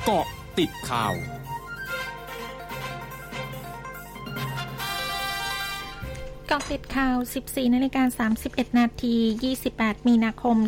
เกาะติดข่าวเกาะติดข่าว 14:31 นาที 28 มีนาคม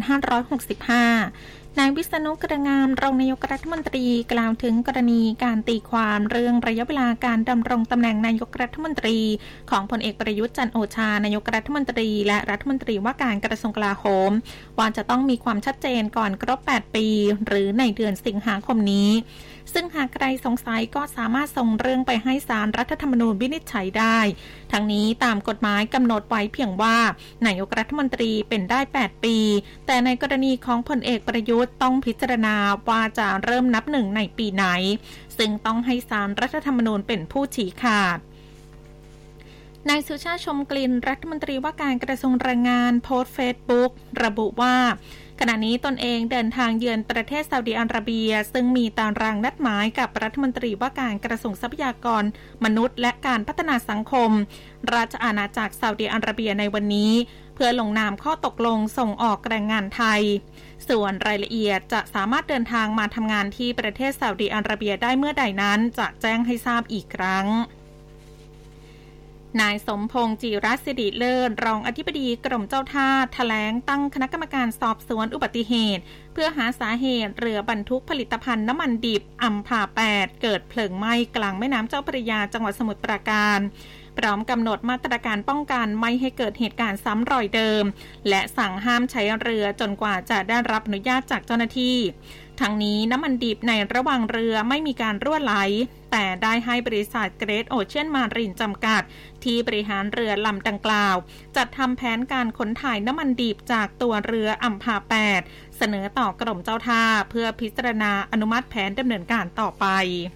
2565 นายวิษณุ เครืองามรองนายกรัฐมนตรีกล่าวถึงกรณีการตีความเรื่องระยะเวลาการดำรงตำแหน่งนายกรัฐมนตรีของพลเอกประยุทธ์จันทร์โอชานายกรัฐมนตรีและรัฐมนตรีว่าการกระทรวงกลาโหมว่าจะต้องมีความชัดเจนก่อนครบ 8 ปีหรือในเดือนสิงหาคมนี้ซึ่งหากใครสงสัยก็สามารถส่งเรื่องไปให้ศาลรัฐธรรมนูญวินิจฉัยได้ทั้งนี้ตามกฎหมายกำหนดไว้เพียงว่านายกรัฐมนตรีเป็นได้ 8 ปีแต่ในกรณีของพลเอกประยุทธ์ต้องพิจารณาว่าจะเริ่มนับหนึ่งในปีไหนซึ่งต้องให้ศาลรัฐธรรมนูญเป็นผู้ชี้ขาดนายสุชาติชมกลิ่นรัฐมนตรีว่าการกระทรวงแรงงานโพสต์เฟซบุ๊กระบุว่าขณะนี้ตนเองเดินทางเยือนประเทศซาอุดิอาระเบียซึ่งมีตารางนัดหมายกับรัฐมนตรีว่าการกระทรวงทรัพยากรมนุษย์และการพัฒนาสังคมราชอาณาจักรซาอุดิอาระเบียในวันนี้เพื่อลงนามข้อตกลงส่งออกแรงงานไทยส่วนรายละเอียดจะสามารถเดินทางมาทำงานที่ประเทศซาอุดิอาระเบียได้เมื่อใดนั้นจะแจ้งให้ทราบอีกครั้งนายสมพงษ์จิรศิริเลิศรองอธิบดีกรมเจ้าท่าแถลงตั้งคณะกรรมการสอบสวนอุบัติเหตุเพื่อหาสาเหตุเรือบรรทุกผลิตภัณฑ์น้ำมันดิบอัมพา 8เกิดเพลิงไหม้กลางแม่น้ำเจ้าพระยาจังหวัดสมุทรปราการพร้อมกำหนดมาตรการป้องกันไม่ให้เกิดเหตุการณ์ซ้ำรอยเดิมและสั่งห้ามใช้เรือจนกว่าจะได้รับอนุญาตจากเจ้าหน้าที่ทั้งนี้น้ำมันดิบในระหว่างเรือไม่มีการรั่วไหลแต่ได้ให้บริษัทเกรทโอเชียนมารีนจำกัดที่บริหารเรือลำดังกล่าวจัดทำแผนการขนถ่ายน้ำมันดิบจากตัวเรืออัมพา 8เสนอต่อกรมเจ้าท่าเพื่อพิจารณาอนุมัติแผนดำเนินการต่อไป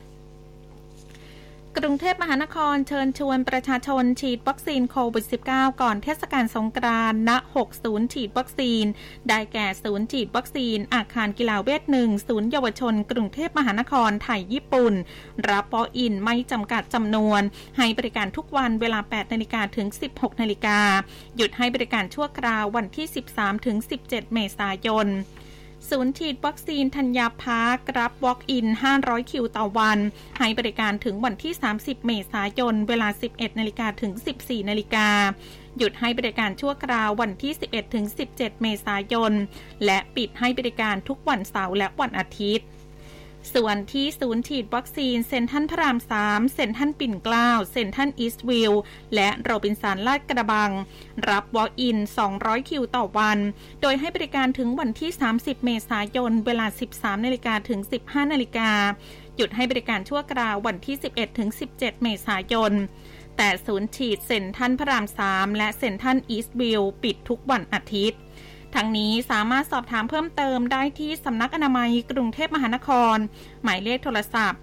กรุงเทพมหานครเชิญชวนประชาชนฉีดวัคซีนโควิด -19 ก่อนเทศกาลสงกรานต์ณ 6 ศูนย์ฉีดวัคซีนได้แก่ศูนย์ฉีดวัคซีนอาคารกีฬาเวท 1 ศูนย์เยาวชนกรุงเทพมหานครไทยญี่ปุ่นรับวอล์กอินไม่จำกัดจำนวนให้บริการทุกวันเวลา 8 นาฬิกาถึง 16 นาฬิกาหยุดให้บริการชั่วคราววันที่ 13 ถึง 17 เมษายนศูนย์ฉีดวัคซีนธัญญาภาครับ Walk-in 500 คิวต่อวันให้บริการถึงวันที่ 30 เมษายนเวลา 11 นาฬิกาถึง 14 นาฬิกาหยุดให้บริการชั่วคราววันที่ 11 ถึง 17 เมษายนและปิดให้บริการทุกวันเสาร์และวันอาทิตย์ส่วนที่ศูนย์ฉีดวัคซีนเซ็นทรัลพระราม 3 เซ็นทรัลปิ่นเกล้าเซ็นทรัลอีสต์วิวและโรบินสันลาดกระบังรับ Walk-in 200 คิวต่อวันโดยให้บริการถึงวันที่ 30 เมษายนเวลา 13 นาฬิกาถึง 15 นาฬิกาหยุดให้บริการชั่วคราววันที่ 11 ถึง 17 เมษายนแต่ศูนย์ฉีดเซ็นทรัลพระราม 3 และเซ็นทรัลอีสต์วิวปิดทุกวันอาทิตย์ทั้งนี้สามารถสอบถามเพิ่มเติมได้ที่สำนักอนามัยกรุงเทพมหานครหมายเลขโทรศัพท์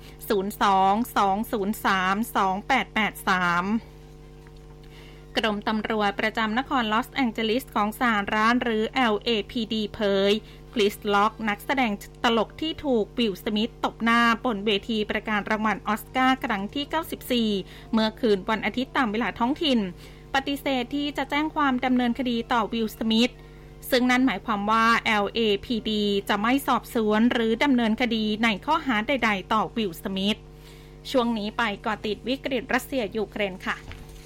02-203-2883 กรมตำรวจประจำนครลอสแองเจลิสของสหรัฐหรือ LAPD เผยคริส ล็อกนักแสดงตลกที่ถูกวิล สมิธตบหน้าบนเวทีประกาศรางวัลออสการ์ครั้งที่ 94 เมื่อคืนวันอาทิตย์ตามเวลาท้องถิ่นปฏิเสธที่จะแจ้งความดำเนินคดีต่อวิล สมิธซึ่งนั่นหมายความว่า LAPD จะไม่สอบสวนหรือดำเนินคดีในข้อหาใดๆต่อวิล สมิธช่วงนี้ไปเกาะติดวิกฤตรัสเซียยูเครนค่ะ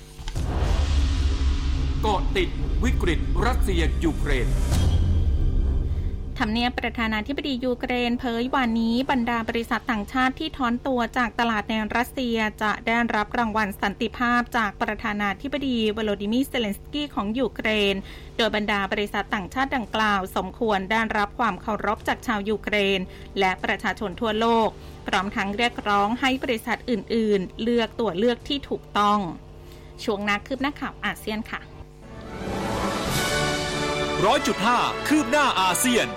เกาะติดวิกฤตรัสเซียยูเครนทำเนียบประธานาธิบดียูเครนเผยวันนี้บรรดาบริษัทต่างชาติที่ถอนตัวจากตลาดในรัสเซียจะได้รับรางวัลสันติภาพจากประธานาธิบดีวโลดิมีร์ เซเลนสกี้ของยูเครนโดยบรรดาบริษัทต่างชาติดังกล่าวสมควรได้รับความเคารพจากชาวยูเครนและประชาชนทั่วโลกพร้อมทั้งเรียกร้องให้บริษัทอื่นๆเลือกตัวเลือกที่ถูกต้องช่วงนักคืบหน้าข่าวอาเซียนค่ะ 100.5 คืบหน้าอาเซียน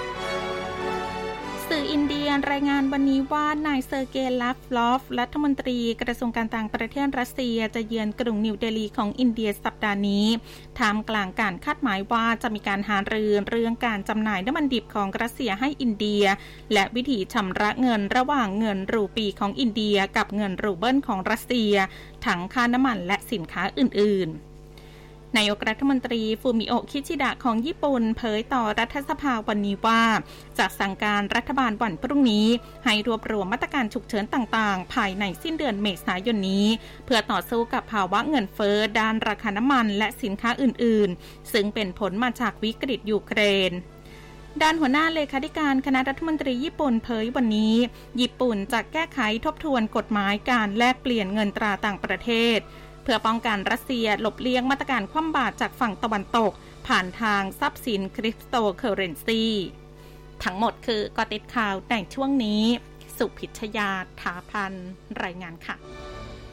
สื่ออินเดียรายงานวันนี้ว่านายเซอร์เกย์ ลาฟลอฟรัฐมนตรีกระทรวงการต่างประเทศรัสเซียจะเยือนกรุงนิวเดลีของอินเดียสัปดาห์นี้ท่ามกลางการคาดหมายว่าจะมีการหารือเรื่องการจำหน่ายน้ำมันดิบของรัสเซียให้อินเดียและวิธีชำระเงินระหว่างเงินรูปีของอินเดียกับเงินรูเบิลของรัสเซียทั้งค่าน้ำมันและสินค้าอื่นๆนายกรัฐมนตรีฟูมิโอะคิชิดะของญี่ปุ่นเผยต่อรัฐสภาวันนี้ว่าจะสั่งการรัฐบาลวันพรุ่งนี้ให้รวบรวมมาตรการฉุกเฉินต่างๆภายในสิ้นเดือนเมษายนนี้เพื่อต่อสู้กับภาวะเงินเฟ้อด้านราคาน้ำมันและสินค้าอื่นๆซึ่งเป็นผลมาจากวิกฤตยูเครนด้านหัวหน้าเลขาธิการคณะรัฐมนตรีญี่ปุ่นเผยวันนี้ญี่ปุ่นจะแก้ไขทบทวนกฎหมายการแลกเปลี่ยนเงินตราต่างประเทศเพื่อป้องกันรัสเซียหลบเลี่ยงมาตรการคว่ำบาตรจากฝั่งตะวันตกผ่านทางทรัพย์สินคริปโตเคอเรนซีทั้งหมดคือเกาะติดข่าวในช่วงนี้สุพิชยา ถาพันรายงานค่ะ